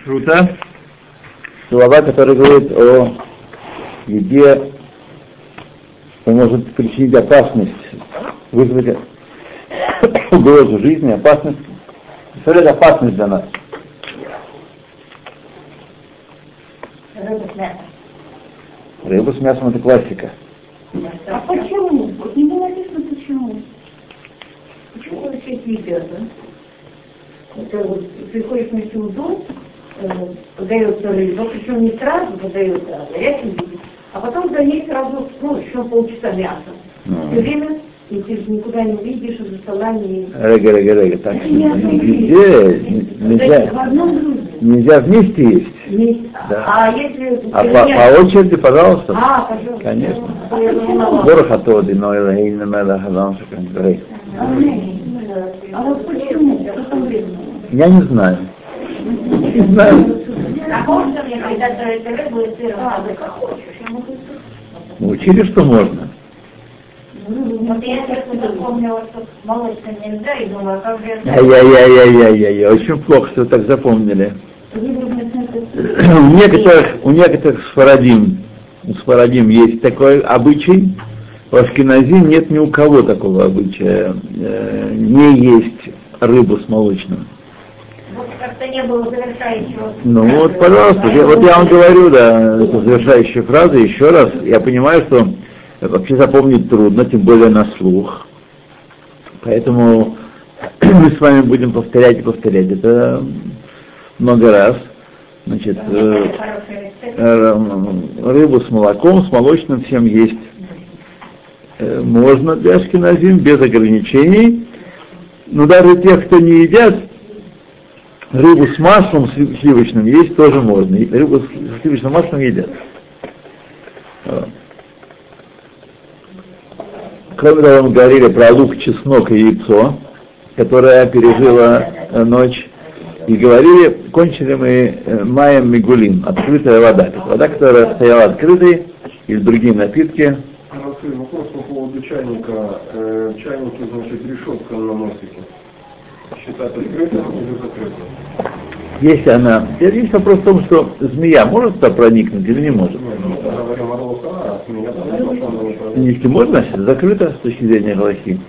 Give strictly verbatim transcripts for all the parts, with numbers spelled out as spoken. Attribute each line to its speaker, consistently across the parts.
Speaker 1: Кашрута, слова, которые говорят о еде, что может причинить опасность, вызвать угрозу жизни, опасность, представляет опасность для нас.
Speaker 2: Рыба с мясом.
Speaker 1: Рыба с мясом — это классика.
Speaker 2: А почему? Вот не было написано почему. Почему вы все это едят, да? Это вот приходишь на сюду, э, подается рыба, причем не сразу подается, а горячим виде, а потом за ней сразу, ну, еще полчаса мяса.
Speaker 1: Ну.
Speaker 2: Все время, и ты же никуда не видишь, из-за стола не...
Speaker 1: Рега, рега, рега, так
Speaker 2: Это не одно
Speaker 1: везде нельзя,
Speaker 2: в одном блюде.
Speaker 1: нельзя вместе есть.
Speaker 2: Вместе.
Speaker 1: Да.
Speaker 2: А если...
Speaker 1: А по, по очереди, пожалуйста.
Speaker 2: А, пожалуйста.
Speaker 1: Конечно.
Speaker 2: Я думала.
Speaker 1: Борохатоди, но Элейна Мела Хазанша Кандрей.
Speaker 2: А вот почему? Что там вредно?
Speaker 1: Я не знаю. Не знаю.
Speaker 2: А можно мне, когда это рыбу и сыр, а, да как хочешь, я могу...
Speaker 1: Мы учили, что можно.
Speaker 2: Вот я честно запомнила, что молочно нельзя, и думала, как же это...
Speaker 1: Ай-яй-яй-яй-яй-яй, очень плохо, что вы так запомнили. У некоторых, у некоторых сфарадим, у сфарадим есть такой обычай, в Ашкенази нет ни у кого такого обычая, э, не есть рыбу с молочным.
Speaker 2: Вот как-то не было завершающего...
Speaker 1: Ну вот, пожалуйста, я, вот я вам говорю, да, это завершающая фраза, еще раз, я понимаю, что вообще запомнить трудно, тем более на слух, поэтому мы с вами будем повторять и повторять это много раз. Значит, э, э, рыбу с молоком, с молочным всем есть э, можно для ашкеназим без ограничений, но даже тех, кто не едят, рыбу с маслом сливочным есть тоже можно. И рыбу с сливочным маслом едят. Вот. Кроме того, мы говорили про лук, чеснок и яйцо, которое пережило э, ночь. И говорили, кончили мы э, маем мигулим, открытая вода. Это вода, которая стояла открытой, или другие напитки.
Speaker 3: Рафаэль, вопрос по поводу чайника. Э, чайники, значит, решетка на носике. Считать открытым или закрытым?
Speaker 1: Если она... Теперь есть вопрос в том, что змея может туда проникнуть или не может?
Speaker 3: Нет, мы говорим о роллха, а змея там не пошла.
Speaker 1: Если можно, значит, закрыто с точки зрения галахи.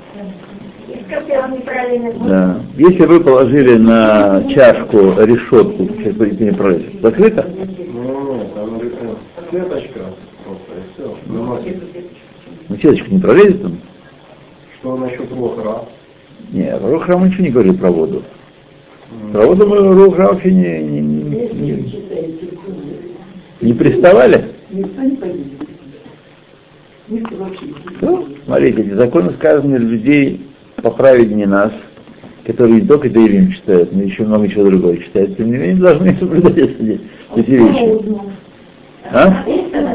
Speaker 1: Да. Если вы положили на чашку решетку, сейчас будете не пролезть, закрыто?
Speaker 3: Ну, нет, там сеточка просто, и все.
Speaker 1: Ну, сеточка не пролезет там?
Speaker 3: Что насчет рохра?
Speaker 1: Нет, рохра мы ничего не говорили про воду. Про воду мы рохра вообще не, не, не, не, не приставали? Ну, смотрите, эти законы сказаны для людей поправеднее нас, которые не только Дейлим читают, но еще много чего другого читают, тем не менее должны соблюдать эти, эти вещи. А?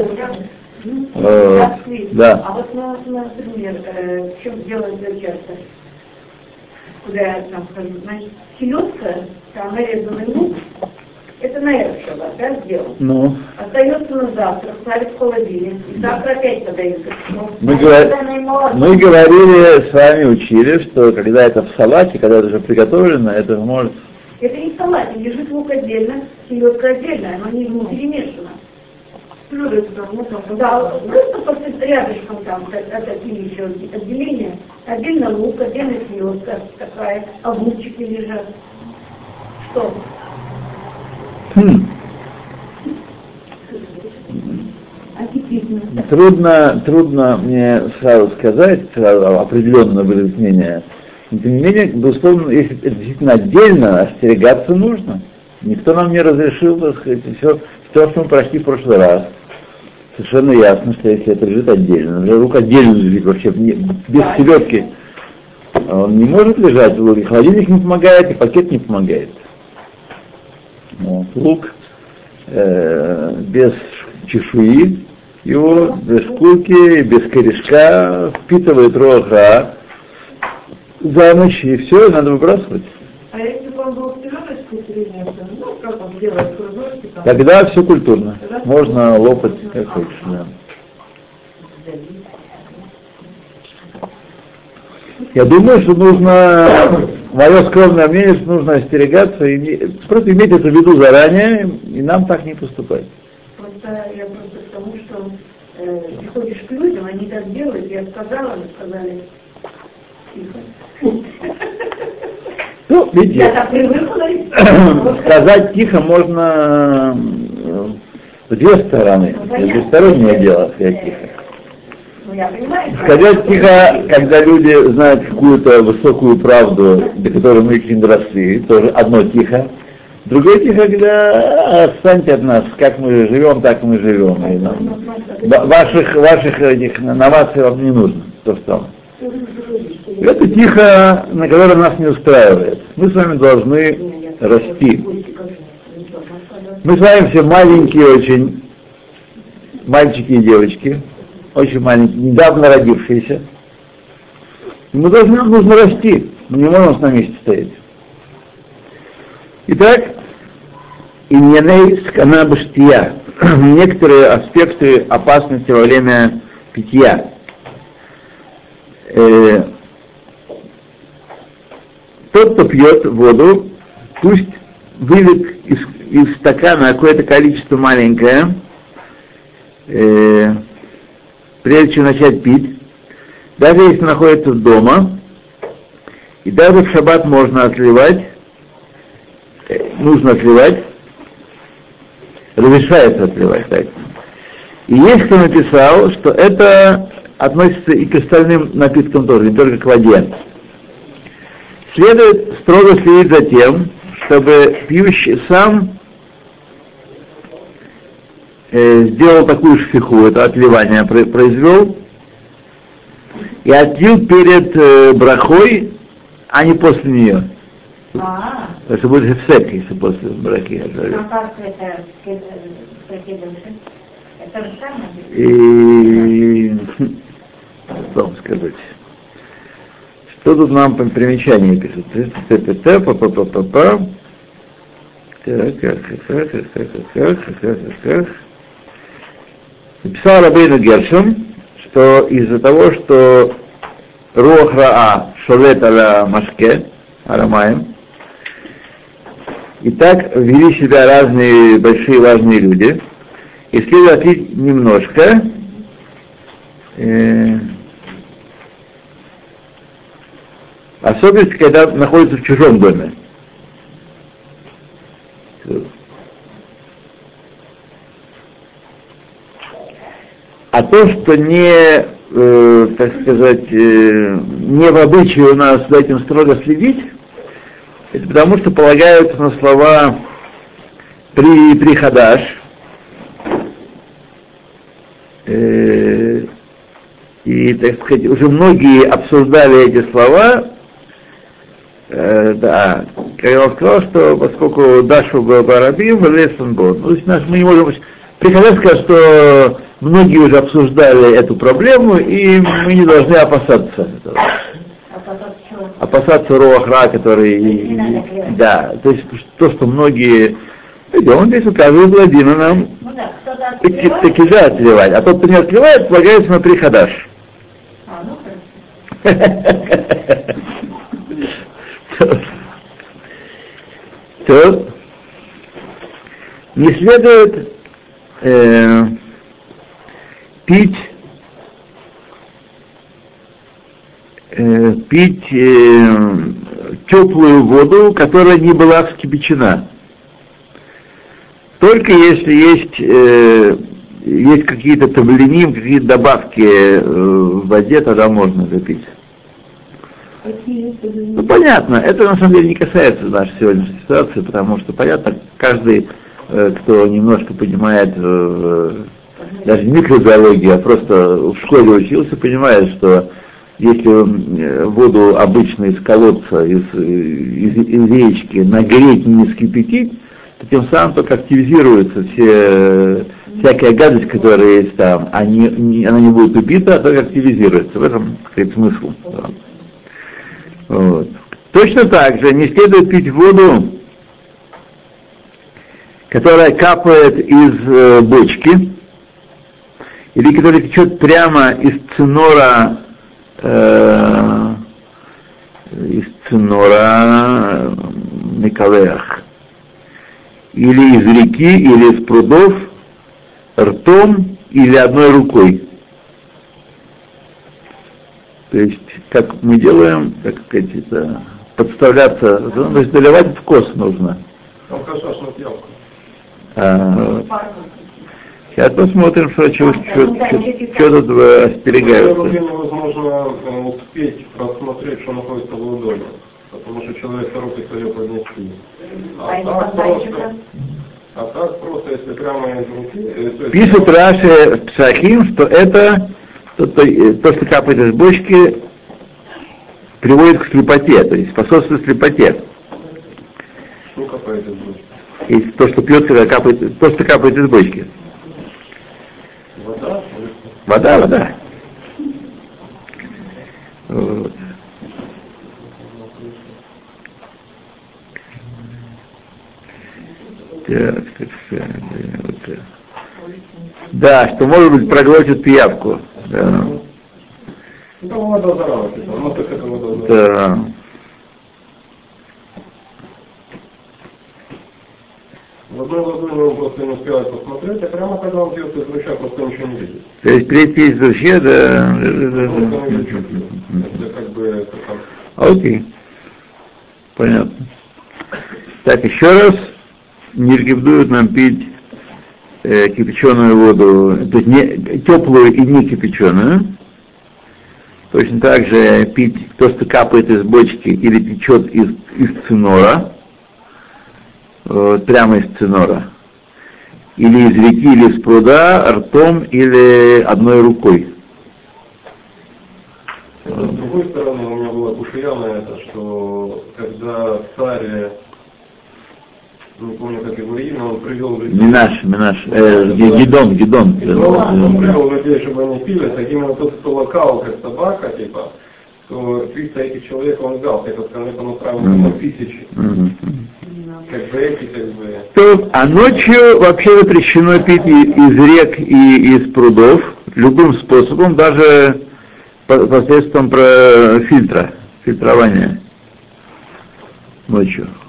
Speaker 1: Э, да.
Speaker 2: А вот, например, в чем дело часто, куда я там хожу, значит, селедка, там нарезанный лук, это наверное, да, сделал.
Speaker 1: Ну.
Speaker 2: Остается на завтра, ставит в холодильник, и завтра опять подается.
Speaker 1: Мы, говор... Мы говорили, с вами учили, что когда это в салате, когда это уже приготовлено, это может...
Speaker 2: Это не в салате, лежит лук отдельно, селедка отдельно, оно не перемешано. Да, просто после рядышком там такие еще отделения, отдельно лук, отдельно селедка такая, огурчики лежат. Что?
Speaker 1: Хм. Трудно, трудно мне сразу сказать, сразу определенно выразить мнение. Но тем не менее, безусловно, если это действительно отдельно, остерегаться нужно. Никто нам не разрешил, так сказать, все, все, что мы прошли в прошлый раз. Совершенно ясно, что если это лежит отдельно, например, лук отдельно лежит вообще без селедки, он не может лежать в луке, холодильник не помогает, и пакет не помогает. Вот. Лук э, без чешуи, его без шкурки, без корешка, впитывает рога за ночь, и все, надо выбрасывать.
Speaker 2: А если бы он был в пирожечку перенесен, ну, как он делает кружочки там?
Speaker 1: Тогда все культурно. Тогда можно лопать, как хочешь, да. Я думаю, что нужно мое скромное мнение, что нужно остерегаться, и просто иметь это в виду заранее, и нам так не поступать.
Speaker 2: Просто я просто к тому, что э, приходишь к людям, они так делают, я сказала, они сказали, тихо.
Speaker 1: Ну, видите,
Speaker 2: Я так привыкла.
Speaker 1: сказать тихо можно с две стороны. Это двустороннее дело, сказать тихо.
Speaker 2: Ну, я понимаю.
Speaker 1: Сказать тихо, когда люди знают какую-то высокую правду, до которой мы еще не доросли, тоже одно тихо. Другое тихо, когда отстаньте от нас, как мы живем, так мы живем. И нам, ваших, ваших этих новаций вам не нужно. То, что это тихо, на которое нас не устраивает. Мы с вами должны расти. Мы с вами все маленькие очень, мальчики и девочки, очень маленькие, недавно родившиеся. И мы должны, нам нужно расти, мы не можем на месте стоять. Итак, иньяней скана баштия, некоторые аспекты опасности во время питья. Э, тот, кто пьет воду, пусть вылит из, из стакана какое-то количество маленькое, э, прежде чем начать пить, даже если находится дома, и даже в шаббат можно отливать, э, нужно отливать, разрешается отливать, так. И есть кто написал, что это относится и к остальным напиткам тоже, не только к воде. Следует строго следить за тем, чтобы пьющий сам э, сделал такую шфиху, это отливание произвел, и отлил перед э, брахой, а не после нее.
Speaker 2: А,
Speaker 1: Потому что будет хефсек, если после брахи.
Speaker 2: а как это, это же самое?
Speaker 1: И что вам сказать? Что тут нам по примечанию пишут? Написал Рабейну Гершом, что из-за того, что руах раа шолет аля машке, арамаем, и так вели себя разные большие важные люди, и следует отлить немножко, э, особенно когда находится в чужом доме. А то, что не, э, так сказать, э, не в обычае у нас за этим строго следить, это потому что полагаются на слова при, при хадаш, э, и, так сказать, уже многие обсуждали эти слова, э, да, как я вам сказал, что поскольку Дашу Барабим, Лесон Бон, ну, мы не можем... При хадаш сказать, что многие уже обсуждали эту проблему, и мы не должны опасаться этого. Опасаться руах-ра, который... Да, то есть то, что многие... Он здесь указывает Владимир нам
Speaker 2: Ну да, кто-то
Speaker 1: таки,
Speaker 2: отливает.
Speaker 1: таки да, отливать. А тот, кто не отливает, полагается на прихадаш.
Speaker 2: А, ну хорошо.
Speaker 1: То не следует э, пить э, пить э, теплую воду, которая не была вскипячена. Только если есть, э, есть какие-то таблиним, какие-то добавки э, в воде, тогда можно запить. Ну понятно, это на самом деле не касается нашей сегодняшней ситуации, потому что понятно, каждый, э, кто немножко понимает э, даже не микробиологию, а просто в школе учился, понимает, что если воду обычно из колодца, из, из, из речки нагреть и не вскипятить, то тем самым только активизируется все, всякая гадость, которая есть там, а не, не, она не будет убита, а только активизируется. В этом, так сказать, смысл. Да. Вот. Точно так же не следует пить воду, которая капает из э, бочки, или которая течет прямо из цинора э, из цинора Микалеах, или из реки, или из прудов, ртом или одной рукой. То есть, как мы делаем, как сказать, это, подставляться, то есть доливать в кос нужно.
Speaker 3: Там кошачная пьявка.
Speaker 1: А, сейчас посмотрим, что, что, что, что, что тут остерегаются.
Speaker 3: Невозможно успеть просмотреть, что находится в ладони, потому что человек торопится ее поднести. А, а так просто, а так просто, если прямо из руки...
Speaker 1: Пишет Раши Псахим, что это, то, то, то, что капает из бочки, приводит к слепоте, то есть способствует слепоте.
Speaker 3: Что капает из бочки?
Speaker 1: И то, что пьет, когда капает, то, что капает из бочки.
Speaker 3: Вода?
Speaker 1: Вода, вода. Вот. Так, так, так, вот. Да, что может быть проглотит пиявку. Да.
Speaker 3: Это вода зараза, ну так это вода
Speaker 1: зараза. Да.
Speaker 3: В одной ладони он просто не успевает посмотреть, а прямо когда он пьет из ручья, просто ничего не видит.
Speaker 1: То есть третий из ручья, да.
Speaker 3: Это как бы это так.
Speaker 1: Окей. Понятно. Так, еще раз. Не рекомендуют нам пить э, кипяченую воду, то есть не, теплую и не кипяченую. Точно так же пить то, что капает из бочки или течет из, из цинора, э, прямо из цинора, или из реки, или из пруда, ртом или одной рукой.
Speaker 3: Это, с другой стороны, у меня была кушая на это, что когда царь, не помню, как его имя, он привел людей.
Speaker 1: Минаш, Минаш, э, Гидон, Гидон.
Speaker 3: Он привел людей, чтобы они пили, так именно тот, кто лакал, как собака, типа, то триста этих человек он взял, как остальные понастраивали на тысячи. Как бы эти, как бы...
Speaker 1: То, а ночью вообще запрещено пить из рек и из прудов, любым способом, даже посредством фильтра, фильтрования ночью.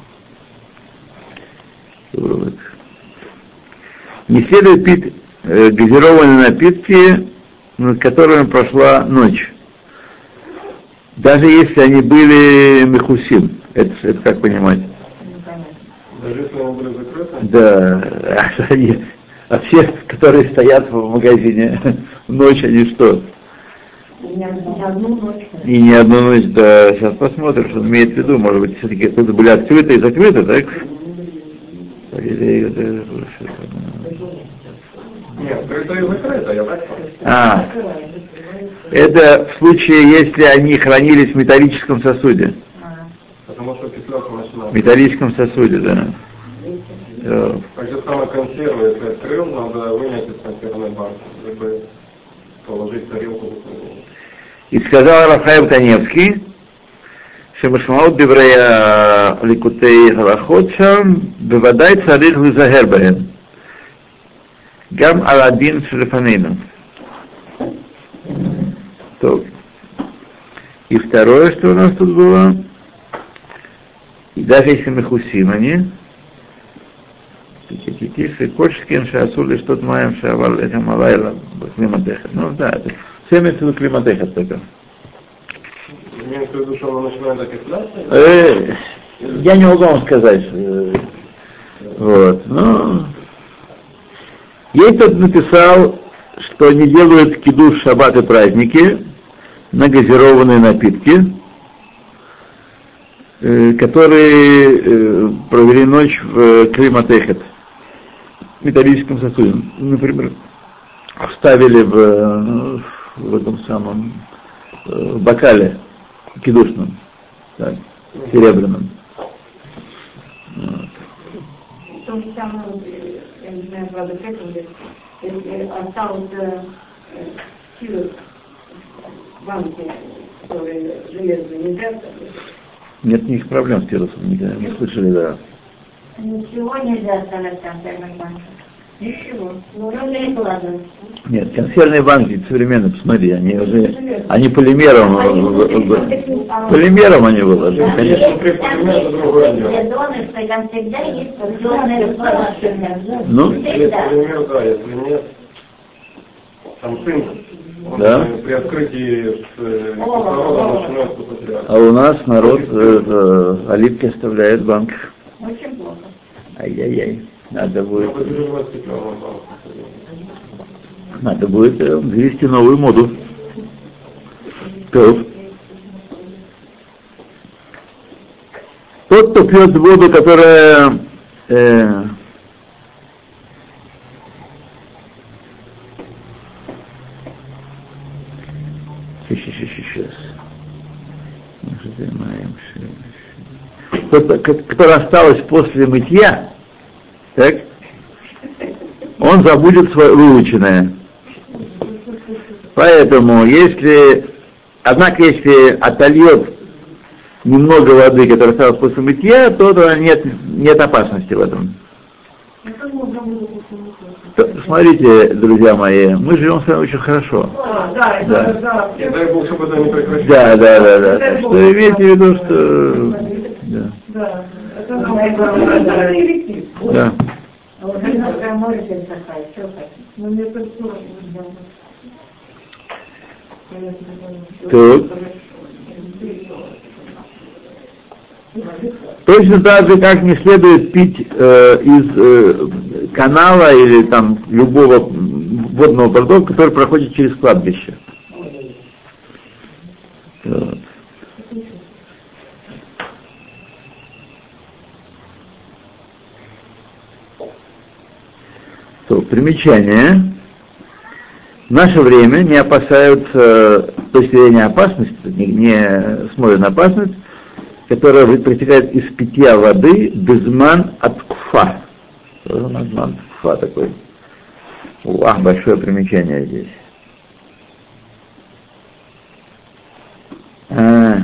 Speaker 1: Вот. Не следует пить э, газированные напитки, над которыми прошла ночь. Даже если они были мехусим. Это, это как понимать?
Speaker 3: Даже если они были закрыты?
Speaker 1: Да. А, они, а все, которые стоят в магазине в ночь, они что?
Speaker 2: И не одну ночь.
Speaker 1: И не одну ночь, да. Сейчас посмотрим, что он имеет в виду. Может быть, все-таки тут были открыты и закрыты, так? Или...
Speaker 3: Нет, это и закрыто, я так понял.
Speaker 1: А, это в случае, если они хранились в металлическом сосуде.
Speaker 3: Потому что кислота начинает.
Speaker 1: В металлическом сосуде, да.
Speaker 3: Так же самое консервы, если открыл, надо вынять из консервной банки, чтобы положить в тарелку.
Speaker 1: И сказал Рафаэль Каневский, שמשמעות דברי הליקוטי הלכות שם, בוודאי צריך להיזהר בהם, גם על הדין שלפנינו. טוב. И второе, что у нас тут было, и даже если мехусим они, כל שכן שאסור לשתות מים שעבר לחם הלילה בקלימתכת. Ну да, это все имеется в виду климатехет только.
Speaker 3: Имеется в виду, что она начинает окисляться?
Speaker 1: Э, я не могу вам сказать. Вот. Но есть кто-то написал, что они делают кидуш, шаббат и праздники на газированные напитки, которые провели ночь в климатехет, в металлическом сосуде. Например, вставили в, в этом самом в бокале кидушном, так, серебряном. Вот.
Speaker 2: То же самое, я не знаю, правда, как это, если осталось силы банки, которые железные, нельзя?
Speaker 1: Нет никаких проблем с тирусом, никогда не слышали, да.
Speaker 2: Ничего нельзя оставлять там, так нормально. Ничего. Ну, уже не ладно.
Speaker 1: Нет, консервные банки современные, посмотри, они уже, они полимером, полимером они выложили,
Speaker 3: Если
Speaker 1: конечно.
Speaker 3: внутри полимер, это другое дело.
Speaker 2: Донышко, там всегда есть подзорная расположение.
Speaker 1: Ну,
Speaker 3: Есть полимер, да, если нет, там цинк. Он
Speaker 1: Да.
Speaker 3: при открытии с э, кислородом начинает сопротивляться.
Speaker 1: а у нас народ э, э, оливки оставляет в банках.
Speaker 2: Очень плохо.
Speaker 1: Ай-яй-яй, надо будет,
Speaker 3: Надо переживать стеклянную банку.
Speaker 1: надо будет э, ввести новую моду. То. Тот, кто пьет воду, которая э, сейчас, сейчас, тот, которая осталась после мытья, так, он забудет свое выученное. Поэтому, если, однако, если отольет немного воды, которая осталась после мытья, то, то нет, нет опасности в этом. То, смотрите, друзья мои, мы живем с вами очень хорошо.
Speaker 2: А, да,
Speaker 1: Да.
Speaker 2: да, да.
Speaker 3: И дай Бог, чтобы это не прекращалось.
Speaker 1: Да, да, да, да. Так что имейте в виду, что... Да.
Speaker 2: Да. Это самое главное.
Speaker 1: Да.
Speaker 2: А вот вы можете сахать, что хотите? Ну, мне только
Speaker 1: Тут. Точно так же, как не следует пить э, из э, канала или там любого водного протока, который проходит через кладбище. Вот. То, примечание. В наше время не опасаются, с точки зрения опасности, не, не смотрят на опасность, которая протекает из питья воды безман от кфа. Тоже безман от кфа такой. Уах, большое примечание здесь. А,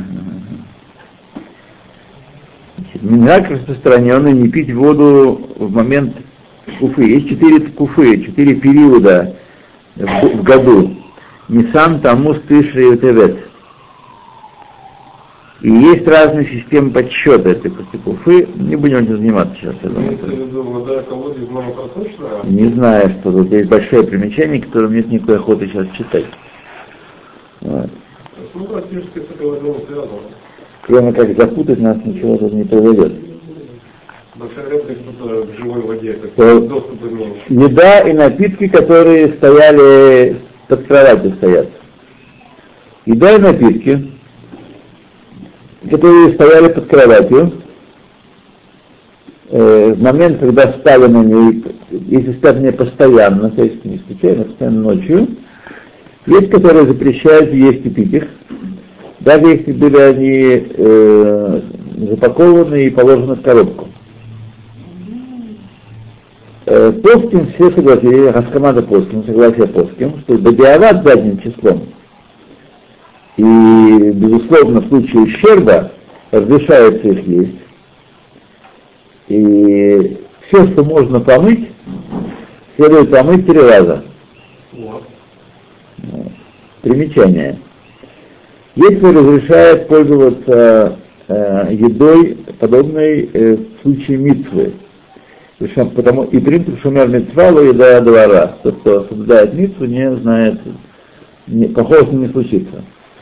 Speaker 1: минрак распространенный не пить воду в момент куфы. Есть четыре куфы, четыре периода в, в году. Нисан, Тамус, Тишри и Тевет. И есть разные системы подсчета этой куфы. Не будем этим заниматься сейчас. Я думаю,
Speaker 3: Имеется в виду вода колодец монопроцочная?
Speaker 1: не знаю, что тут есть большое примечание, которое нет никакой охоты сейчас читать. Вот.
Speaker 3: Ну, практически с этой водой не связано.
Speaker 1: Кроме как запутать нас, ничего тут не произойдет.
Speaker 3: Большая редкость тут в живой воде, как
Speaker 1: То-
Speaker 3: доступа меньше.
Speaker 1: Еда и напитки, которые стояли под кроватью стоят. Еда и напитки, которые стояли под кроватью, э, в момент, когда спали на ней, если спят не постоянно, то есть не случайно, постоянно ночью, есть, которые запрещают есть и пить их, даже если были они э, запакованы и положены в коробку. Э, Постим все согласились, Хаскамада Постим, согласие Постим, что бадиават задним числом и, безусловно, в случае ущерба разрешается их есть. И все, что можно помыть, следует помыть три раза.
Speaker 3: Вот.
Speaker 1: Примечание. Если разрешает пользоваться э, едой, подобной э, в случае мицвы, потому, и принцип шумер мицва ло еда двора, тот, кто соблюдает мицву, не знает, не, плохого с ним не случится.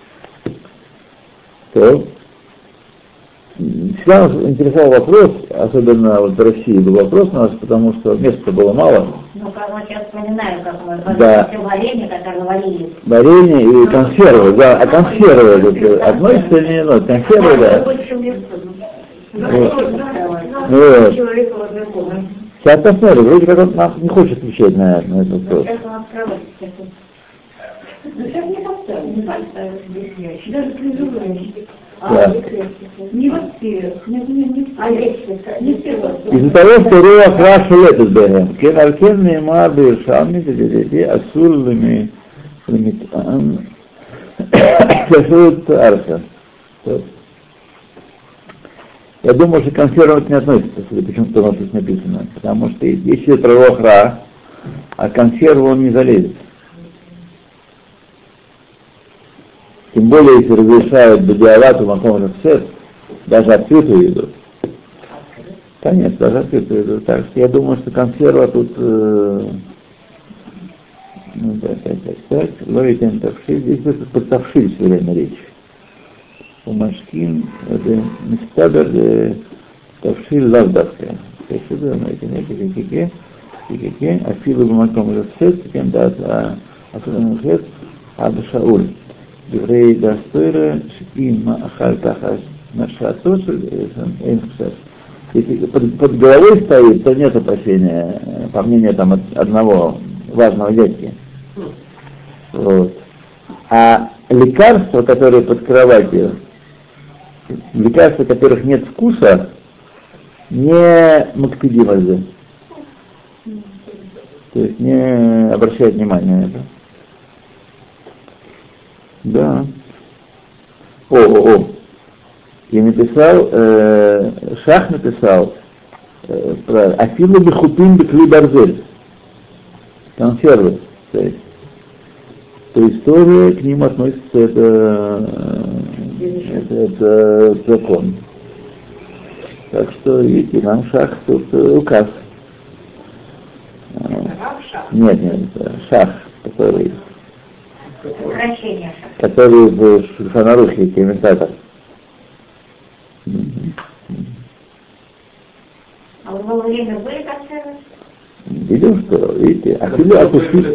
Speaker 1: То всегда нас интересовал вопрос, особенно вот в России был вопрос у нас, потому что места было мало.
Speaker 2: Ну, как мы сейчас вспоминаем, как мы
Speaker 1: Да.
Speaker 2: все варенье, которое варили.
Speaker 1: Варенье и консервы, да, а консервы это относится или не относится? Консервы, да. Вот. Вот. Сейчас посмотрим, вроде как он нам не хочет отвечать на, на этот вопрос.
Speaker 2: Сейчас он открывает. Ну, сейчас не поставим, не поставим здесь ящик. Даже призываем.
Speaker 1: Да.
Speaker 2: Не во всех, не, не, не все. А если не все во всех.
Speaker 1: Из-за того, что руах рашу летит бегем, кен аркен неймар биршами, дедети асурлами, лимитан, шашут арха. Я думаю, что консервы не относится, судя почему-то у нас здесь написано. Потому что если это руах ра, а консерву он не залезет. Тем более, если разрешают бадиалату маком сет, даже открытую еду. Конечно, даже открытую еду. Так что я думаю, что консерва тут... Э, ну, так, так, так, так. Ловитен тавшиль. Здесь просто под тавшиль все время речь. У Машкин, это мистабер, тавшиль лавдавка. Так что думаете, не ки-ки-ки, афилу бумаком сет, кем дат, а афилу сет, а башауль. Евреи достойра, им ахаль тахаш нашатос, если под, под головой стоит, то нет опасения, по мнению там одного важного дядьки. Вот. А лекарства, которые под кроватью, лекарства, которых нет вкуса, не макпедимазы. То есть не обращают внимания на это. Да. О, о, о. И написал, э, Шах написал э, про Афилу бихупин бекли барзель. Консервы. То есть по истории к ним относится это, это, это закон. Так что, видите, нам Шах тут э, указ. Нет, нет, Шах, который... который в Шульхан-Арухе, комментатор.
Speaker 2: А в его время были консервы?
Speaker 1: Видим, что, видите, Афилу опустили,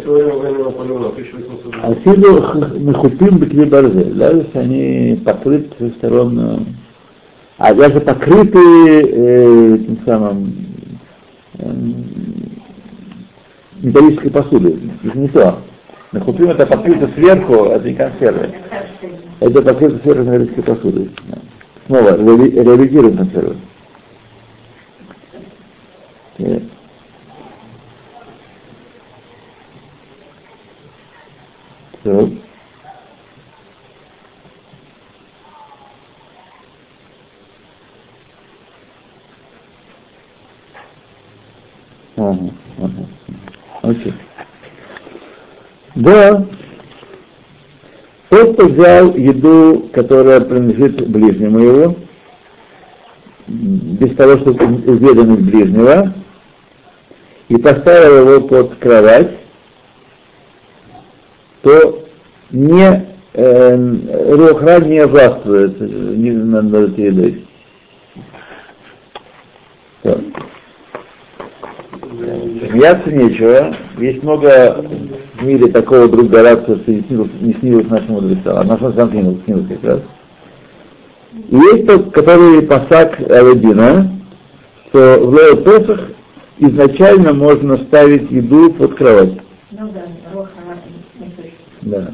Speaker 1: Афилу мехупим бекли барзель, да, то есть они покрыты со всех сторон, а даже покрыты э, тем самым э, металлической посудой, это не то. Мехупим это покрыто сверху, это не консервы. Это покрыто сверху металлической посудой. Снова реализируем консервы. Нет. Все. Ага, ага. Окей. Да. Тот, кто взял еду, которая принадлежит ближнему его, без того, чтобы уведомить ближнего, и поставил его под кровать, то не э, Рохра не властвует не над этой едой. Так. Смеяться нечего. Есть много в мире такого друг гораться, что не снилось, не снилось нашему мудрецам. А нашему сам снилось, снилось как раз. И есть тот, который пасак Аладдина, что в Лео Песах изначально можно ставить еду под кровать.
Speaker 2: Ну да, Роха не слышит.
Speaker 1: Да.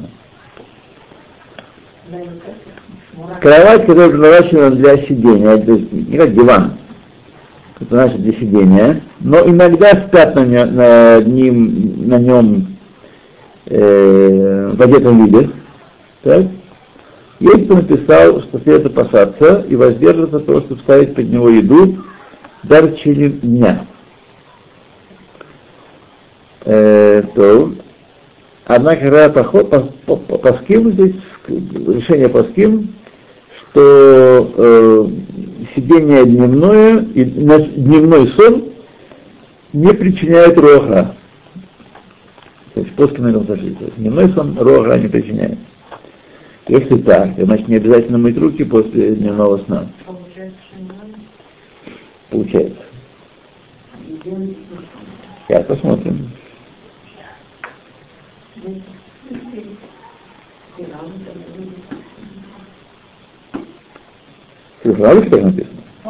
Speaker 1: Кровать, которая предназначена для сидения, то есть не как диван, это значит для сидения, но иногда спят на, нем, на, ним, на нем э, в одетом виде. Так? Есть, кто написал, что следует опасаться и воздерживаться от того, чтобы ставить под него еду даже в течение дня. Э, то, однако, когда поход, по, по, по, по ским здесь, решение по ским, что э, сидение дневное и дневной сон не причиняет роха. То есть после на этом сошли. Дневной сон роха не причиняет. Если так, значит не обязательно мыть руки после дневного сна. Получается. Сейчас посмотрим. Правда, что написано?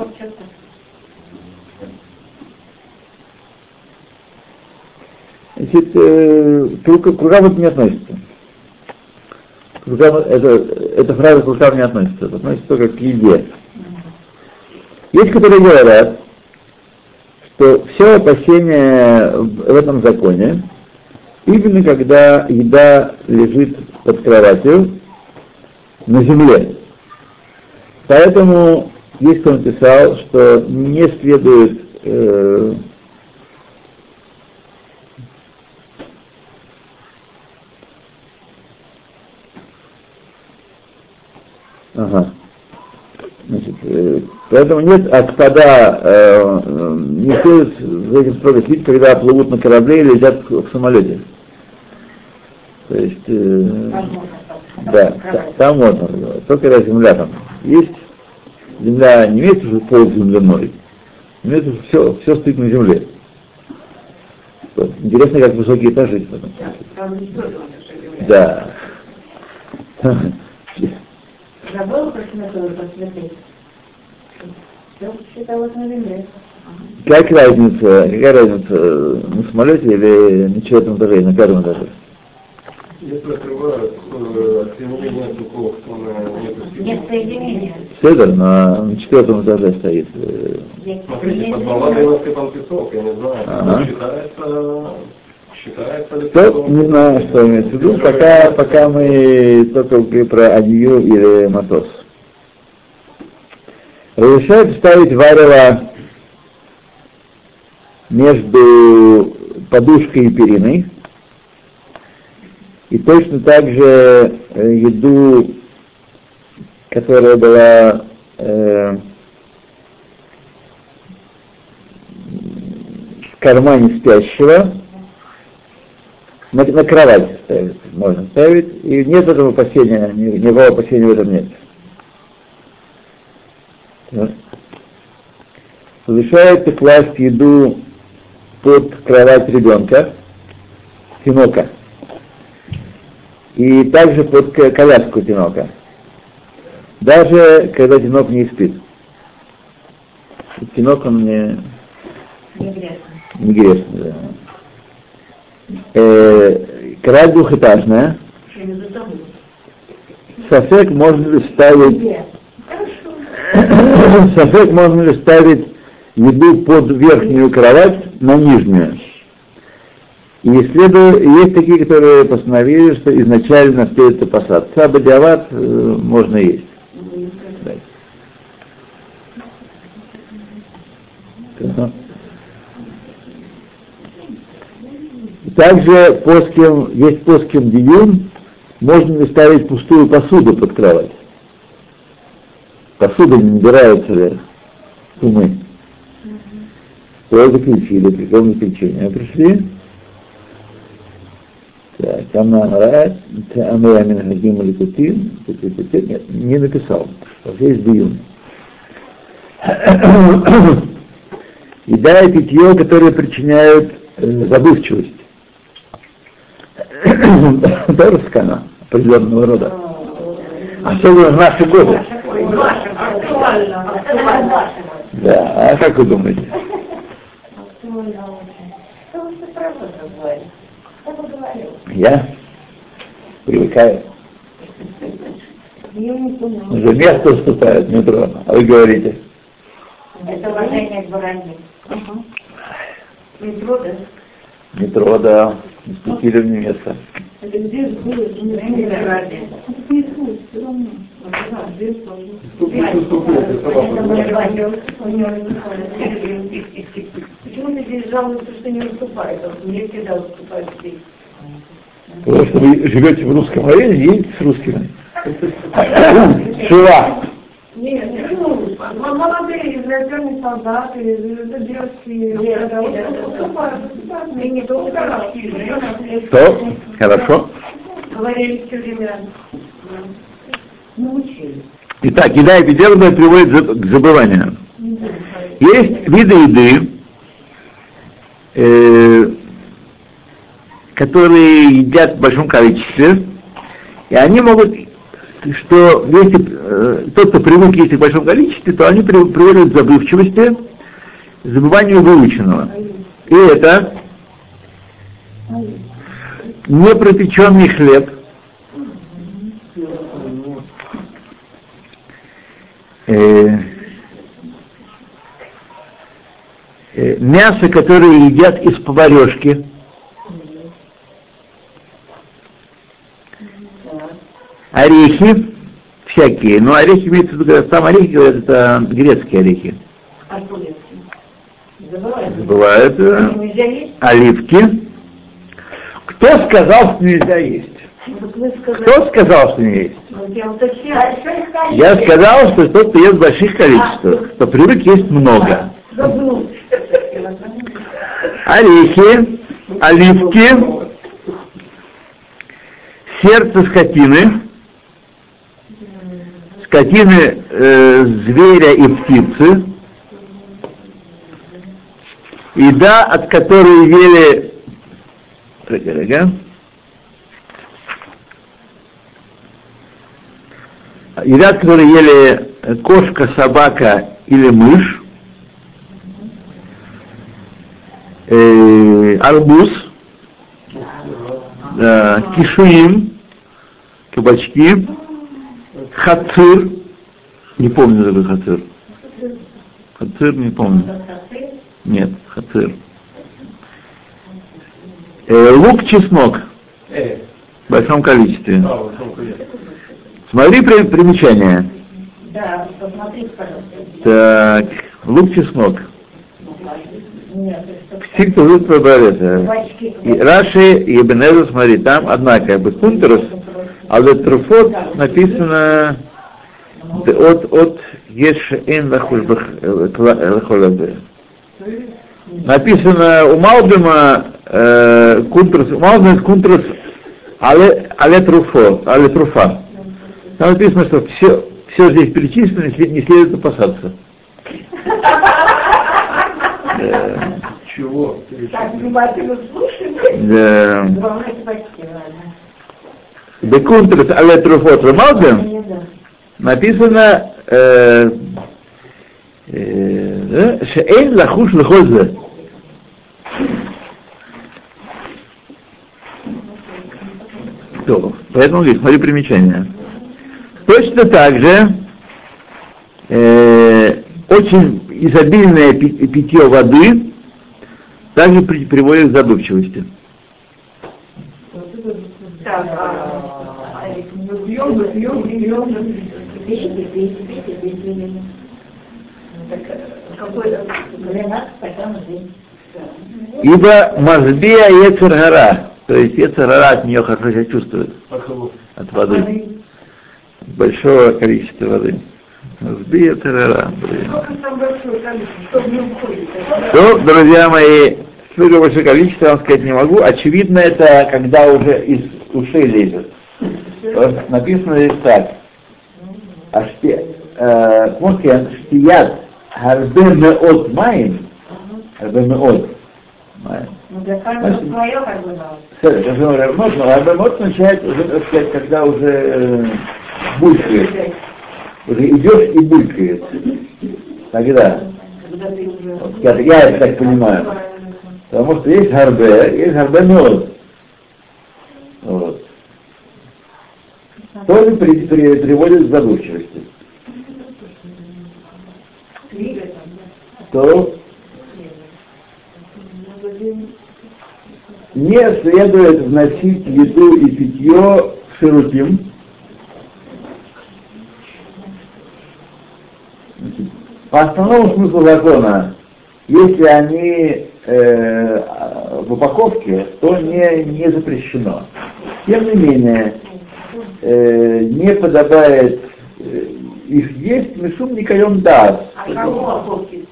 Speaker 1: Значит, э, к рукам не относится. К рукам, это, эта фраза к рукам не относится, это относится только к еде. Есть, которые говорят, что все опасение в этом законе, именно когда еда лежит под кроватью на земле. Поэтому есть кто написал, что не следует э, Ага. Значит, э, поэтому нет акпада, э, э, не стоит за этим строго следить, когда плывут на корабле или летят в, в самолете. То есть, э, да, та, там можно разговаривать. Только когда земля там есть, земля не имеется уже пол земляной, имеется уже все, все стоит на земле. Вот. Интересно, как высокие этажи потом. Да.
Speaker 2: Забыла про температуру посмотреть. Все считалось на земле.
Speaker 1: Как разница, какая разница, на самолете или на четвертом этаже, на пятом этаже?
Speaker 3: Если открывают, от земли нет уколов, то
Speaker 2: нет соединения.
Speaker 1: Седер на, на четвертом этаже стоит.
Speaker 3: Смотрите, под Баладовской там песок, я не знаю, ага. считается... Считается ли
Speaker 1: то, не знаю, что имеется в виду, пока, пока мы только про Адию или Матос. Разрешают ставить варево между подушкой и периной. И точно так же э, еду, которая была э, в кармане спящего, на, на кровать ставить, можно ставить. И нет этого опасения, ни, никакого опасения в этом нет. Да. Разрешается класть еду под кровать ребенка, тинока. И также под коляску тинока. Даже когда тинок не спит. Тинок он не...
Speaker 2: Не грешный.
Speaker 1: Не грешный, да. Э, кровать двухэтажная. Софек можно ли ставить... Софек можно ли ставить еду под верхнюю кровать на нижнюю. И следует, есть такие, которые постановили, что изначально следует опасаться. Бадиават э, можно есть. Да. Также поским, есть поским диюн, можно ли ставить пустую посуду под кровать. Посуда не набирается ли умы. То заключили, при каком заключении пришли. Так, она нравится, она Амин или Кутин, нет, не написал, есть диюн. Еда и питье, которые причиняют э, забывчивость. Тоже скана определенного рода. Особенно в наши годы. Да, а как вы думаете? Я привыкаю. Уже место уступает метро, а вы говорите.
Speaker 2: Это уважение к бороде. Угу. Метро, да?
Speaker 1: Метро, да. Уступили мне место.
Speaker 2: Это где же было? Это не бороде. Это не суд, все равно. Почему ты здесь жалуешься, что не уступает? Мне всегда уступает здесь.
Speaker 1: Потому что вы живете в русском районе, едете с русскими. Шива.
Speaker 2: Нет, ну, молодые израильские солдаты, девушки, мы не только
Speaker 1: что? Хорошо.
Speaker 2: Говорили все время. Научили.
Speaker 1: Итак, еда и питье приводит к забыванию. Есть виды еды, э, которые едят в большом количестве, и они могут, что если э, тот, кто привык есть в большом количестве, то они при, приводят к забывчивости, забыванию выученного. И это непропеченный хлеб, э, э, мясо, которое едят из поварешки, орехи всякие, но орехи имеются в виду, там орехи, говорят, это грецкие орехи.
Speaker 2: А турецкие? Забывают.
Speaker 1: Забывают. Оливки. Кто сказал, что нельзя есть? Кто сказал, что не есть? Я сказал, что тот, кто ест в больших количествах, кто привык есть много. Орехи, оливки, сердце скотины, скотины, э, зверя и птицы, еда, от которой ели... Еда, от которой ели кошка, собака или мышь, э, арбуз, э, кишуим, кабачки, хацир, не помню, такой хацир. Хацир не помню. Нет, хацир. Э, лук, чеснок. В большом количестве. Смотри при, примечание.
Speaker 2: Да, посмотрите, пожалуйста.
Speaker 1: Так, лук, чеснок. Ктик тут продавец. И Раши и Ибн Эзра, смотри, там, однако, бескунтерус, а в Труфот написано от от еш эн лахульбах лахолабе. Написано у Малбима кунтрус, у Малбима кунтрус але але труфот, але труфа. Там написано, что все, все здесь перечислено, не следует опасаться.
Speaker 3: Чего?
Speaker 2: Так, внимательно слушаем.
Speaker 1: Да. Бекунтрус але труфот Ромалбим написано шеэн лахуш лхользе. Поэтому здесь смотри примечание. Точно так же э, очень изобильное питье воды также при, приводит к забывчивости.
Speaker 2: Так, а мы пьем, мы пьем, мы пьем. Пейте, пейте, пейте, пейте. Какой-то двенадцать стаканов в день.
Speaker 1: Ибо мазбия ецер гара, то есть ецер гара от нее хорошо себя чувствует. От воды. Большого количества воды. Мазбия терера. Ну, друзья мои, сколько большое количество, вам сказать не могу. Очевидно, это когда уже из ушей лезет. Написано здесь так. Можно штият харбе меот маим. Харбе меот маим.
Speaker 2: Ну, для каждого свое, как бы, да.
Speaker 1: Харбе меот означает, сказать, когда уже булькает. Уже идешь и булькает. Тогда. Вот, я, я это так понимаю. Потому что есть харбе, есть харбе меот. Вот. Тоже при, при, приводит к забывчивости. То не следует вносить еду и питье в ширутим. По основному смыслу закона, если они э, в упаковке, то не, не запрещено. Тем не менее, э, не подобает э, их есть, мишум никоем даст.
Speaker 2: А кого упаковки?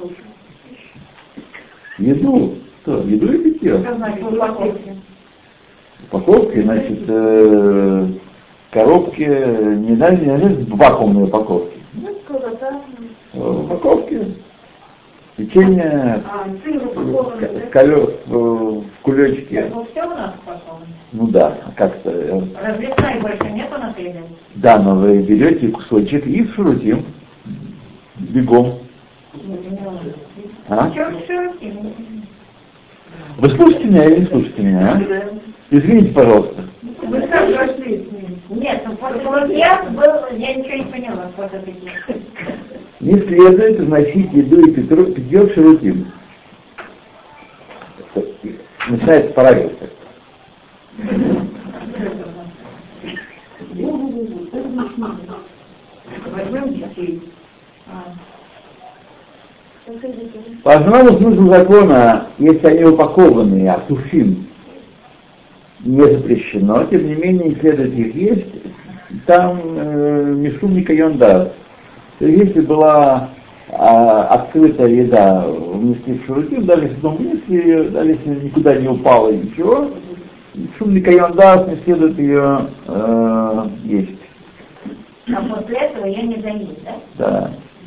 Speaker 1: Еду. Что? Еду и питье.
Speaker 2: Что значит упаковки?
Speaker 1: Упаковки, значит, э, коробки, не знаю, не знаю, вакуумные упаковки.
Speaker 2: Ну, что-то,
Speaker 1: Упаковки, печенье,
Speaker 2: а, в
Speaker 1: колес, в кулечке.
Speaker 2: Ну, все у нас упаковано.
Speaker 1: Ну да, как-то.
Speaker 2: Различной больше нету на тейде?
Speaker 1: Да, но вы берете кусочек и шурутим бегом. А? Вы слушаете меня или не слушаете меня, а? Извините, пожалуйста.
Speaker 2: Вы сами пошли с ним. Нет, ну вот я был, я ничего не поняла, что это такое.
Speaker 1: Не следует вносить еду и питье в ширутим. Начинается параграф. По основному смыслу закона, если они упакованы, а сушим, не запрещено, тем не менее, исследовать их есть, там э, мишум никайонда. Если была а, открытая еда, внесли в шурутим, дали в дом внесли ее, дали, если никуда не упала ничего, мишум никайонда не следует ее э, есть.
Speaker 2: А после этого я не заесть, да?
Speaker 1: Да.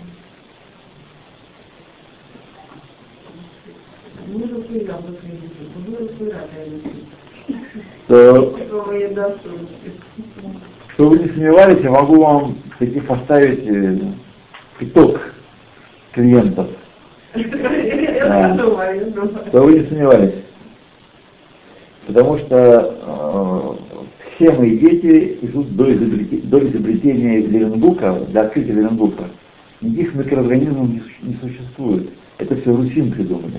Speaker 1: То, чтобы вы не сомневались, я могу вам таких поставить э, пяток клиентов. Да. Чтобы вы не сомневались. Потому что э, все мои дети идут до изобретения, до изобретения Левенбука, до открытия Левенбука. Никаких микроорганизмов не, не существует. Это все русин придумали.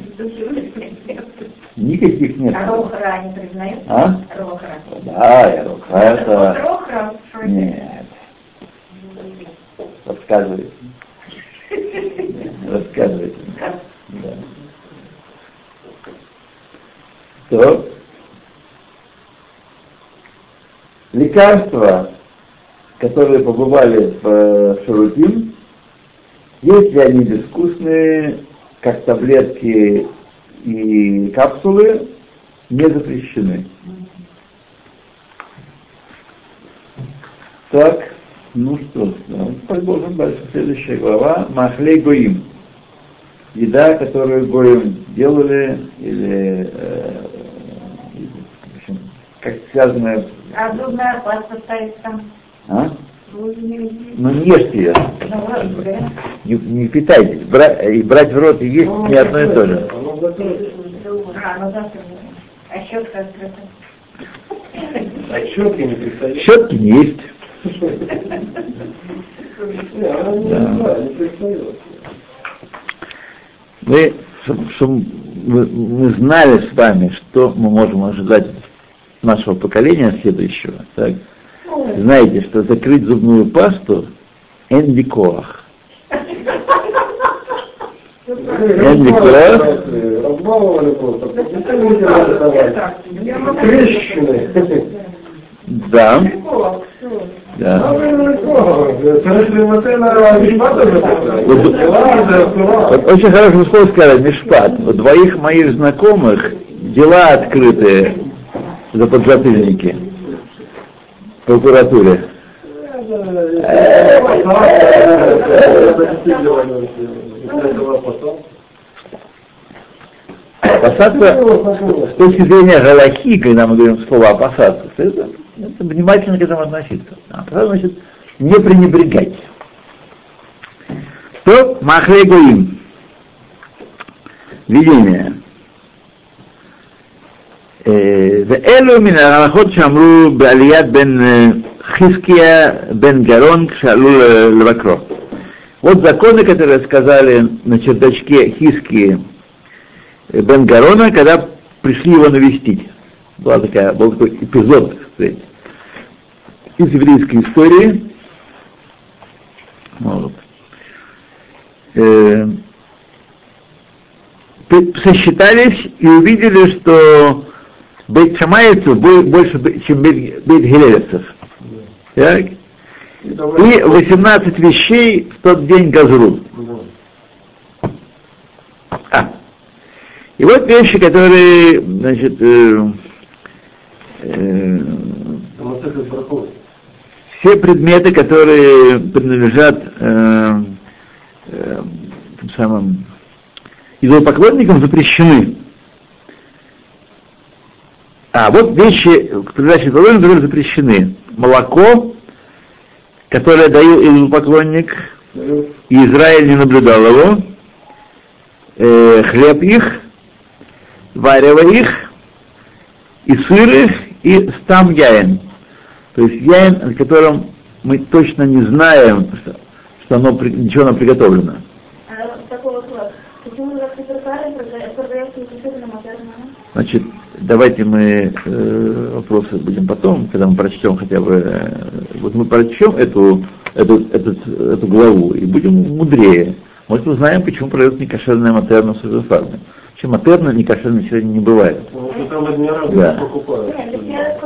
Speaker 1: Никаких нет.
Speaker 2: А рохра не признают?
Speaker 1: А?
Speaker 2: Рохра.
Speaker 1: Да, я рохра. Это...
Speaker 2: Рохра?
Speaker 1: Нет. Рассказывайте. Рассказывайте. Да. То. Лекарства, которые побывали в шурутим, если они безвкусные, как таблетки и капсулы, не запрещены. Так, ну что, да, продолжим дальше. Следующая глава. Махлей гоим. Еда, которую гоим делали, или, э, в общем, как связанная...
Speaker 2: А зубная паста ставить там?
Speaker 1: А? Ну не ешьте ее.
Speaker 2: Ну, да.
Speaker 1: Не, не питайтесь. Бра- и брать в рот и есть не одно и то же.
Speaker 2: А, ну да, а щетка открыта.
Speaker 3: А щетки не пристают?
Speaker 1: Щетки не есть. Мы, чтобы мы, мы знали с вами, что мы можем ожидать нашего поколения следующего, так? Знаете, что закрыть зубную пасту эн викоах. Эн викоах.
Speaker 3: Разбаловали просто. Трещины.
Speaker 1: Да. Да. Вот очень хорошее слово сказали, мишпат. У двоих моих знакомых дела открыты за подзатыльники в прокуратуре. Посадка, с точки зрения галахи, когда мы говорим слово о посадке, это, это внимательно к этому относиться. А посадка значит не пренебрегать. То махлей гоим. Видение. ואלו מן ההלכות שאמרו בעליית בין חזקיה בן גרון כשעלו לבקרו. Вот законы, которые сказали на чердачке Хизкии бен Гарона, когда пришли его навестить. Была такая, был такой эпизод, так сказать, из еврейской истории. Вот. Э, сосчитались и увидели, что бейт шамаевцев больше, чем бейт гилелевцев. Так? И восемнадцать вещей в тот день газру. А. И вот вещи, которые, значит, э, э, все предметы, которые принадлежат э, э, тем самым идолопоклонникам, запрещены. А вот вещи, принадлежащие идолопоклонникам, которые запрещены. Молоко, которое дает идолопоклонник, и Израиль не наблюдал его, э, хлеб их, варево их, и сыр их, и стам яин. То есть яин, о котором мы точно не знаем, что, что оно, ничего оно приготовлено.
Speaker 2: А такой вопрос. Почему продается действительно модерно?
Speaker 1: Значит, давайте мы э, вопросы будем потом, когда мы прочтем хотя бы, э, вот мы прочтем эту, эту, эту, эту главу и будем мудрее. Может, узнаем, почему продается некошерная матерна в суперфарме. Вообще матерна некошерной сегодня не бывает.
Speaker 3: Потому что там одни арабы
Speaker 1: да.
Speaker 3: покупают.
Speaker 2: Нет, я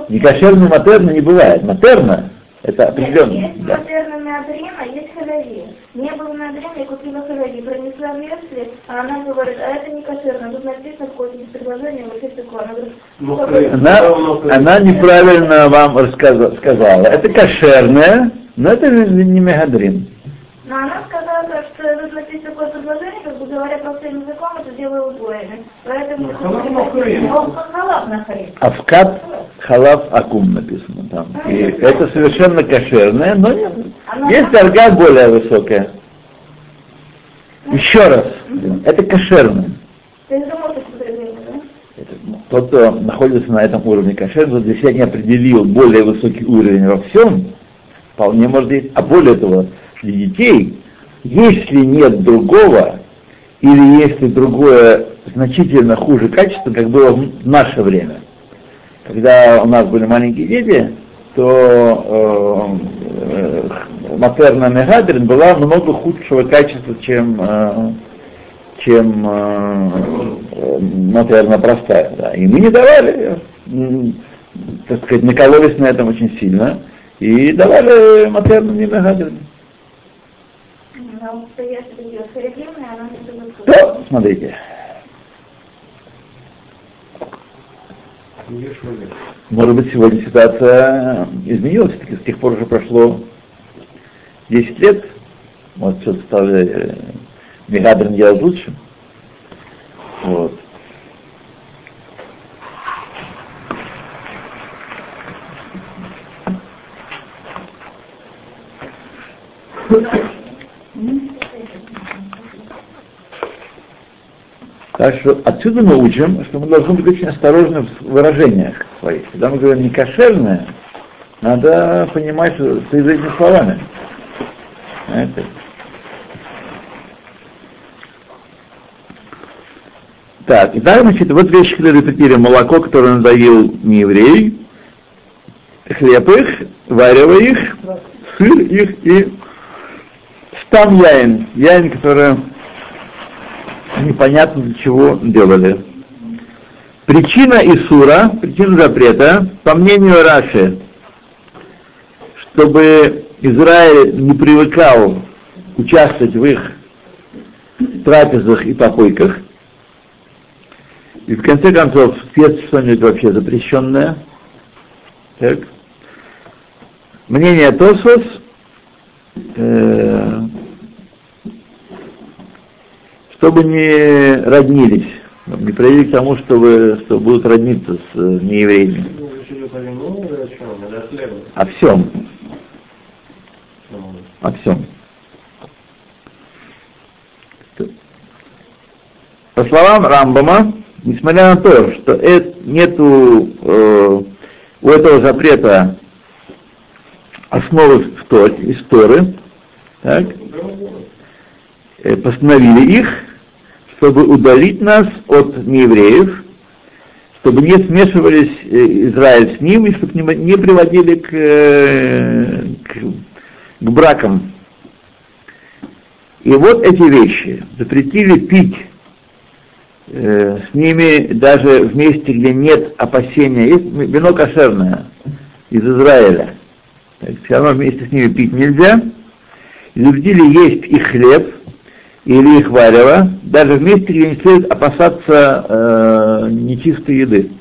Speaker 1: Некошерный матерна не бывает. Матерна это определенно.
Speaker 4: Нет, есть
Speaker 1: Да.
Speaker 4: матерна меадрина, а есть халяви. Не было меадрина, я купила халяви. Пронесла в Мерсли, а она говорит, а это не кошерно. Тут написано в какое-нибудь предложение, вот есть такое. Она говорит,
Speaker 3: Ну,
Speaker 4: что
Speaker 3: конечно.
Speaker 1: Она, она неправильно вам рассказа- сказала. Это кошерное, но это не мегадрин.
Speaker 4: но она сказала, что тут написано такое предложение, как бы говоря простым языком, это делаю удвоенным. Поэтому...
Speaker 3: Ну, халав на хрен.
Speaker 2: Он халав на хрен.
Speaker 1: Авкат халав акум написано там. И это совершенно кошерное, но нет. Есть дорога более высокая. Еще раз, это кошерное.
Speaker 4: Ты думал, что употребление, да?
Speaker 1: Это, ну, тот, кто находится на этом уровне кошерного, для себя не определил более высокий уровень во всем, вполне может быть. А более того, для детей, если нет другого, или если другое значительно хуже качества, как было в наше время, когда у нас были маленькие дети, то э, э, матерна мегадрин была много худшего качества, чем, э, чем э, э, матерна простая. Да. И мы не давали, э, так сказать, накололись на этом очень сильно, и давали матерну мегадрин.
Speaker 4: Потому что если идет характерная, она не будет.
Speaker 1: То, смотрите. Может быть, сегодня ситуация изменилась, таки с тех пор уже прошло десять лет. Вот что-то стало мегадрин делать лучше. Вот. Так что отсюда мы учим, что мы должны быть очень осторожны в выражениях своих. Когда мы говорим «не кошерное», надо понимать, что стоит за этими словами. Знаете? Так, итак, значит, вот вещи, которые репетили: молоко, которое надоел нееврей, хлеб их, варево их, сыр их и стам яин, яин, который непонятно для чего делали. Причина Исура, причина запрета, по мнению Раши, чтобы Израиль не привыкал участвовать в их трапезах и попойках, и в конце концов съесть что-нибудь вообще запрещенное. Так. Мнение Тосфос, э, чтобы не роднились, не привели к тому, чтобы, что будут родниться с э, неевреями. О всем. О всем. По словам Рамбама, несмотря на то, что это, нету э, у этого запрета основы в Торе, из Торы, так, э, постановили их, чтобы удалить нас от неевреев, чтобы не смешивались э, Израиль с ним, и чтобы не, не приводили к, э, к, к бракам. И вот эти вещи запретили пить э, с ними даже в месте, где нет опасения. Есть вино кошерное из Израиля. Так, все равно вместе с ними пить нельзя. И запретили есть их хлеб или их варево, даже в месте, где не следует опасаться э, нечистой еды.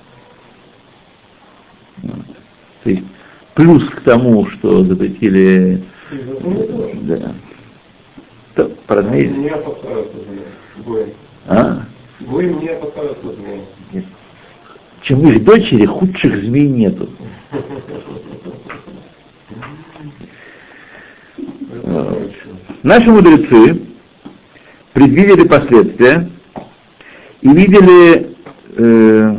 Speaker 1: Вот. То есть плюс к тому, что запретили... Да. То, прознали.
Speaker 3: Не опасаются змей.
Speaker 1: А?
Speaker 3: Вы не опасаются змей.
Speaker 1: Чем их дочери, худших змей нету. Наши мудрецы предвидели последствия и видели э,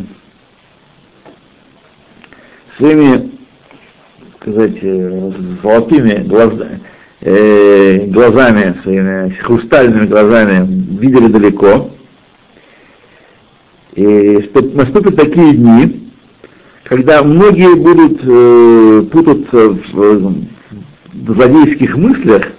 Speaker 1: своими, сказать, э, золотыми глазами, э, глазами, своими хрустальными глазами видели далеко. И что наступят такие дни, когда многие будут э, путаться в, в злодейских мыслях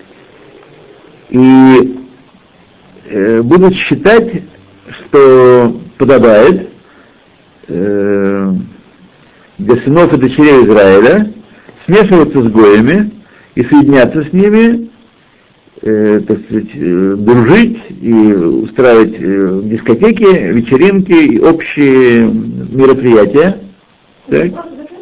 Speaker 1: и э, будут считать, что подобает э, для сынов и дочерей Израиля, смешиваться с гоями и соединяться с ними, э, так сказать, э, дружить и устраивать э, дискотеки, вечеринки и общие мероприятия. Так?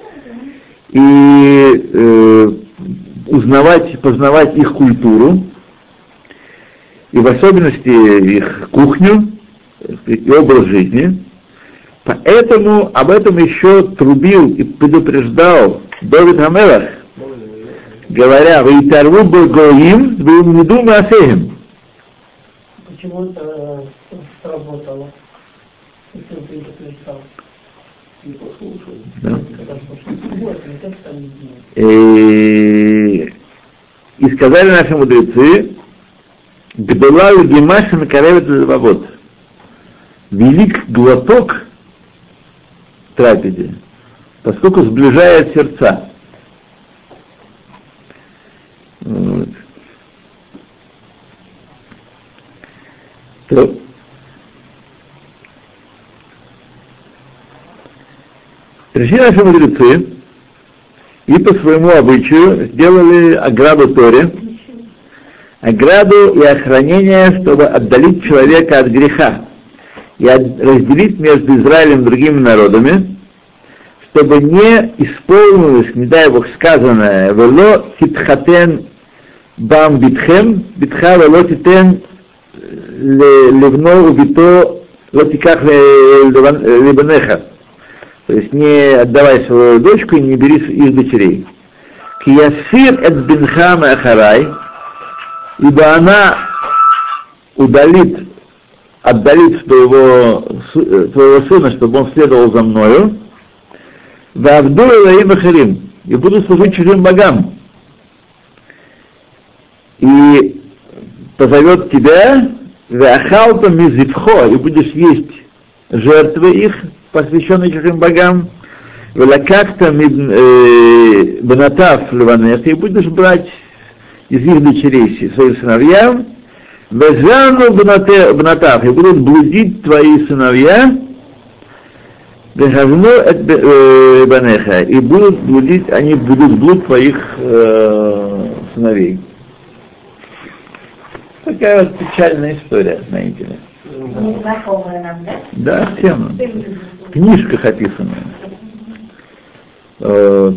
Speaker 1: И э, узнавать, познавать их культуру, и в особенности их кухню и образ жизни. Поэтому об этом еще трубил и предупреждал Давид ха-Мелех, говоря: «Ваитарву бе-гоим, ваимниду маафехим».
Speaker 2: Почему это сработало? Если он предупреждал.
Speaker 3: Не послушал.
Speaker 1: Да.
Speaker 2: И,
Speaker 1: и сказали наши мудрецы: «Гдола гемаша мекаревет левавот». Велик глоток трапезе, поскольку сближает сердца. Вот. То. Пришли наши мудрецы и по своему обычаю сделали ограду Торе, ограду и охранение, чтобы отдалить человека от греха и разделить между Израилем и другими народами, чтобы не исполнилось, не дай Бог, сказанное: «Вело титхатен бам битхем, битха вело титен левно убито лотиках лебанеха». То есть не отдавай свою дочку и не бери их дочерей. «Киясир эт бинха меахарай», ибо она удалит, отдалит своего, своего сына, чтобы он следовал за мною, «Вавду элоим ахарим», и буду служить чужим богам. И позовет тебя, «Веахалта мизивхо», и будешь есть жертвы их, посвященные чужим богам, «Велакакта бенатав леванех», и будешь брать из их дочерей своим сыновьям, «Везану бенатав», и будут блудить твои сыновья, «Вехазну банеха», и будут блудить, они будут блуд твоих э, сыновей. Такая вот печальная история, знаете ли.
Speaker 2: незнакомая нам, да?
Speaker 1: Да, всем. В книжках описанная. Вот.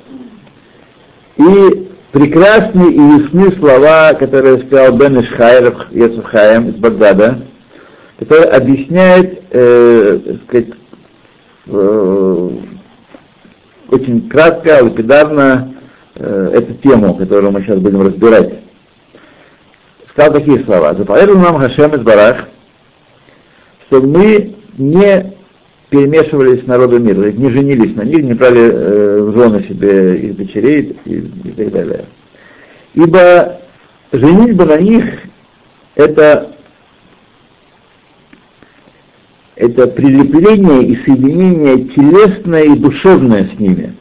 Speaker 1: И прекрасные и ясны слова, которые сказал Бен Ишхай, Йосеф Хаим из Багдада, который объясняет, э, так сказать, э, очень кратко, лапидарно э, эту тему, которую мы сейчас будем разбирать. Сказал такие слова: «Заповедал нам Хашем из Барах, чтобы мы не перемешивались с народом мира, не женились на них, не брали э, в жены себе их дочерей и, и так далее. Ибо женитьба на них это, это прилепление и соединение телесное и душевное с ними,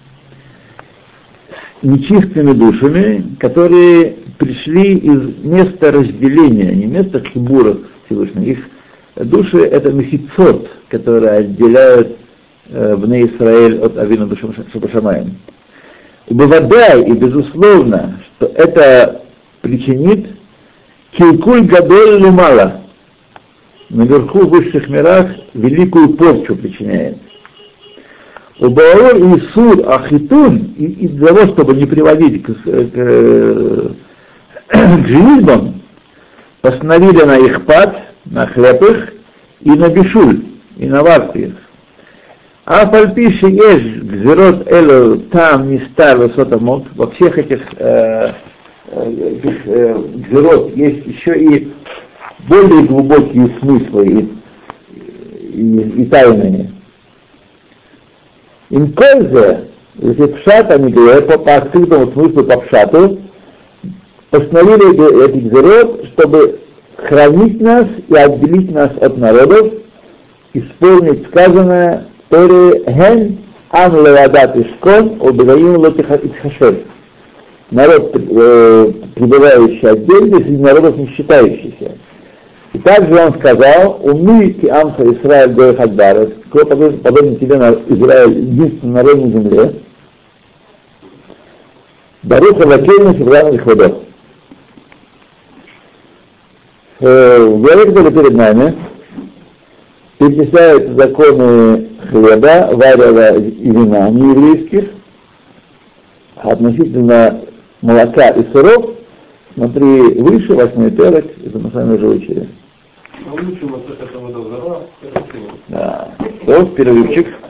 Speaker 1: с нечистыми душами, которые пришли из места разделения, не места хибура Всевышнего. Их души — это мехицот, которые отделяют э, Бней Исраэль от Авину Шабашамаем. И бывадай, и безусловно, что это причинит килкуль гадоль лумала, наверху в высших мирах великую порчу причиняет. У Баор и Сур Ахитун, и, и для того, чтобы не приводить к, к, к женитьбам, постановили на их пад, на хлеб их и на бишуль, и на варку их. А фальпиши ешь гзерот элу там нистар высотамот, во всех этих э, э, э, гзерот есть еще и более глубокие смыслы и, и, и тайные. Инкользе, если пшат, они говорят, по, по открытому смыслу по пшату, постановили эти гзерот, чтобы хранить нас и отделить нас от народов, исполнить сказанное в Торе «Ген ам левадат ишкон, обедаим лот итхашер». Народ, э, пребывающий отдельно, среди народов не считающийся. И также он сказал, умыйте Амха Исраиль до Хадбарес, кто подобен, подобен тебе на Израиль, единственный народ на земле, Баруха Лакейна Сибрана Лихвадов. В главе, который перед нами, перечисляют законы хлеба, варева и вина нееврейских, а относительно молока и сыров, смотри выше, восьмой перек, это мы с вами уже учили.
Speaker 3: Но лучше мы с этого дозора,
Speaker 1: Да. Вот перерывчик.